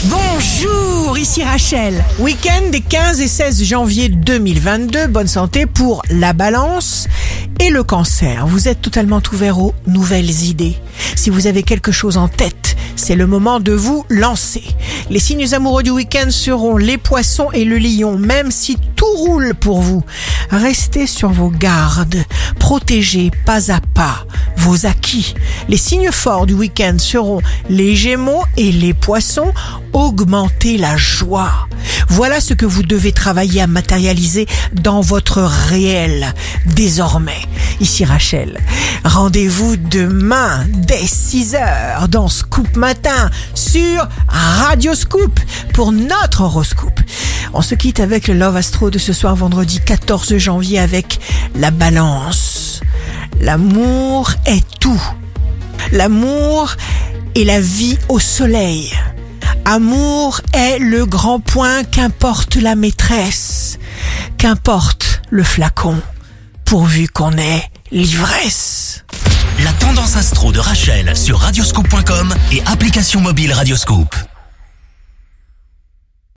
Bonjour, ici Rachel. Week-end des 15 et 16 janvier 2022. Bonne santé pour la balance et le cancer. Vous êtes totalement ouvert aux nouvelles idées. Si vous avez quelque chose en tête, c'est le moment de vous lancer. Les signes amoureux du week-end seront les poissons et le lion. Même si tout roule pour vous, restez sur vos gardes. Protégez pas à pas vos acquis. Les signes forts du week-end seront les gémeaux et les poissons. Augmentez la joie. Voilà ce que vous devez travailler à matérialiser dans votre réel désormais. Ici Rachel. Rendez-vous demain dès 6h dans Scoop Matin sur Radio Scoop pour notre horoscope. On se quitte avec le Love Astro de ce soir vendredi 14 janvier avec la balance. L'amour est tout. L'amour est la vie au soleil. Amour est le grand point, qu'importe la maîtresse, qu'importe le flacon, pourvu qu'on ait l'ivresse. La tendance astro de Rachel sur radioscoop.com et application mobile Radioscoop.